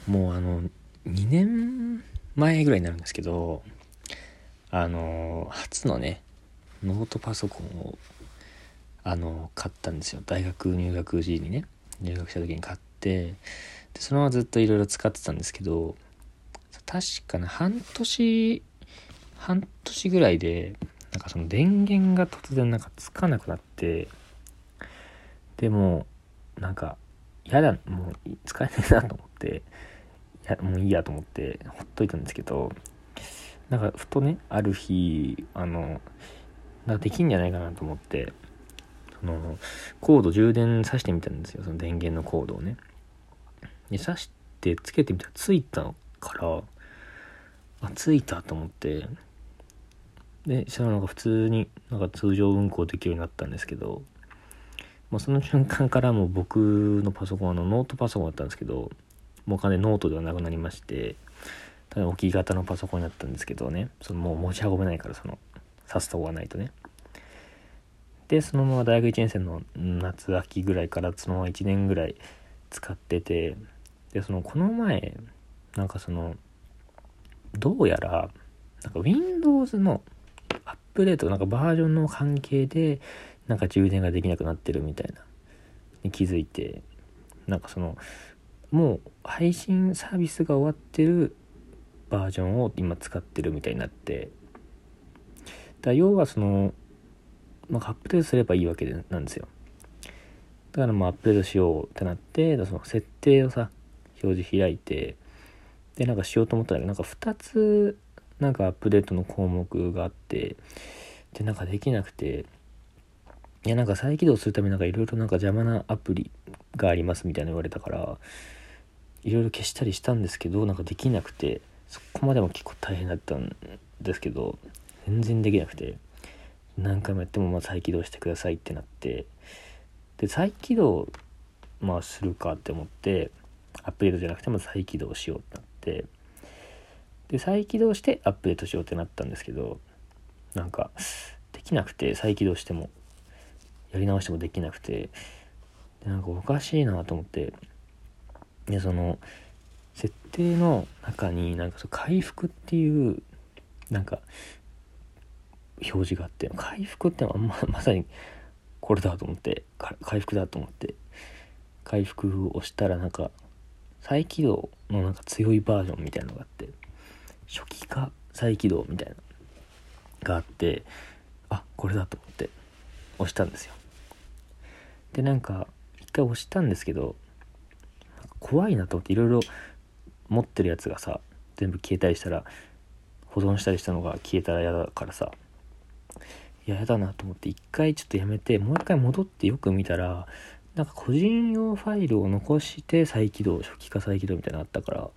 もう2年前ぐらいになるんですけど、初のねノートパソコンを買ったんですよ。大学入学時にね、入学した時に買って、でそのままずっといろいろ使ってたんですけど、確かな半年ぐらいでなんかその電源が突然なんかつかなくなって、でもなんかやだ、もう使えないなと思って、もういいやと思ってほっといたんですけど、なんかふとねある日なんかできんじゃないかなと思って、そのコード充電さしてみたんですよ。その電源のコードをね、でさしてつけてみたらついたから、ついたと思って、でしたらなんか普通になんか通常運行できるようになったんですけど、もうその瞬間からもう僕のパソコンノートパソコンだったんですけど、もう完全にノートではなくなりまして、ただ置き型のパソコンになったんですけどね、そのもう持ち運べないから、その挿すとこがないとね。でそのまま大学1年生の夏秋ぐらいからそのまま1年ぐらい使ってて、でこの前なんかどうやらなんか Windows のアップデート、なんかバージョンの関係でなんか充電ができなくなってるみたいなに気づいて、なんかもう配信サービスが終わってるバージョンを今使ってるみたいになって、要はアップデートすればいいわけなんですよ。だからアップデートしようってなって、その設定を表示開いて、でなんかしようと思ったらなんか2つなんかアップデートの項目があって、でなんかできなくて、いやなんか再起動するためになんかいろいろなんか邪魔なアプリがありますみたいな言われたから、いろいろ消したりしたんですけど、なんかできなくて、そこまでも結構大変だったんですけど、全然できなくて、何回もやっても再起動してくださいってなって、で再起動するかって思って、アップデートじゃなくても再起動しようってなって、で再起動してアップデートしようってなったんですけど、なんかできなくて、再起動してもやり直してもできなくて、でなんかおかしいなと思って、で設定の中になんか回復っていうなんか表示があって、回復ってまさにこれだと思って、回復だと思って回復を押したら、なんか再起動のなんか強いバージョンみたいなのがあって、初期化再起動みたいなのがあって、これだと思って押したんですよ。でなんか一回押したんですけど、怖いなと思って、いろいろ持ってるやつが全部消えたりしたら、保存したりしたのが消えたら嫌だからやだなと思って、一回ちょっとやめて、もう一回戻ってよく見たら、なんか個人用ファイルを残して再起動、初期化再起動みたいなのあったから、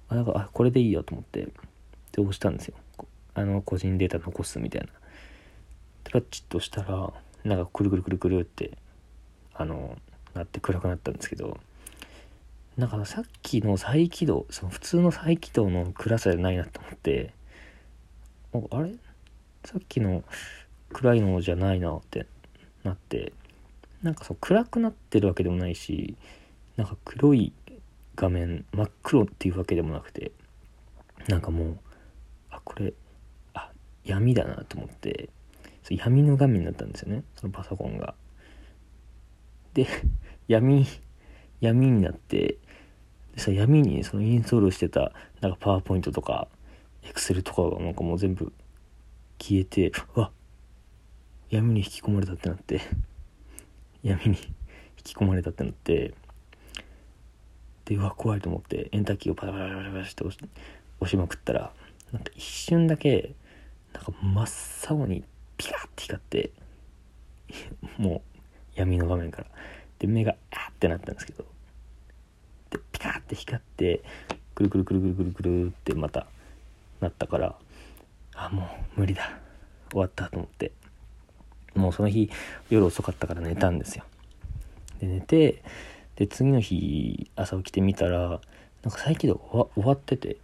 なんかこれでいいよと思ってで押したんですよ。個人データ残すみたいな。パチッと押したら、なんかくるくるくるくるってなって暗くなったんですけど、なんかさっきの再起動、普通の再起動の暗さじゃないなと思って、あれさっきの暗いのじゃないなってなって、なんか暗くなってるわけでもないし、なんか黒い画面真っ黒っていうわけでもなくて、なんかもうこれ闇だなと思って、闇の画面になったんですよね、そのパソコンが。で闇になって、闇にインストールしてたなんかパワーポイントとかエクセルとかがなんかもう全部消えて、闇に引き込まれたってなってで怖いと思ってエンターキーをパラパラパラパラして押しまくったら、なんか一瞬だけなんか真っ青にピカッて光って、もう闇の画面からで目がってなったんですけど、でピカッて光ってくるくるくるくるくるくるってまたなったから、もう無理だ、終わったと思って、もうその日夜遅かったから寝たんですよ。で寝て、で次の日朝起きてみたら、なんか再起動終わってて、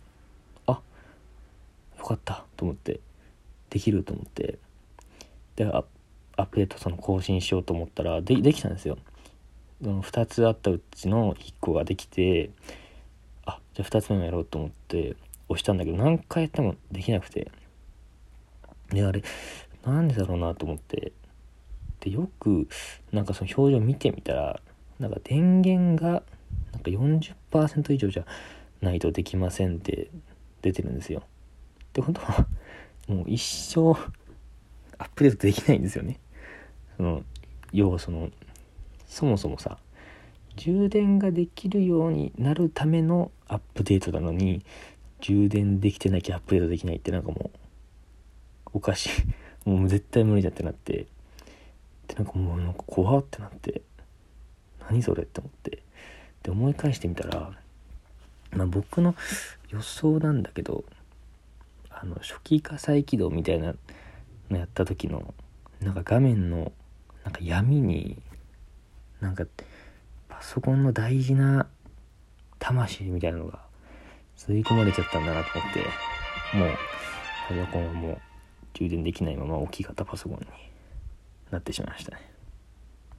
よかったと思って、できると思って、でアップデート更新しようと思ったらできたんですよ。2つあったうちの1個ができて、 じゃあ2つ目もやろうと思って押したんだけど、何回やってもできなくて、であれなんでだろうなと思って、でよくなんかその表情見てみたら、なんか電源がなんか 40% 以上じゃないとできませんって出てるんですよ。ってことはもう一生アップデートできないんですよね。要はそもそもさ、充電ができるようになるためのアップデートなのに、充電できてなきゃアップデートできないって、なんかもうおかしいもう絶対無理だってなって、でなんかもうなんか怖ってなって、何それって思って、で思い返してみたら、僕の予想なんだけど、初期化再起動みたいなのやった時のなんか画面のなんか闇に、なんかパソコンの大事な魂みたいなのが吸い込まれちゃったんだなと思って、もうパソコンはもう充電できないまま置き型パソコンになってしまいましたね。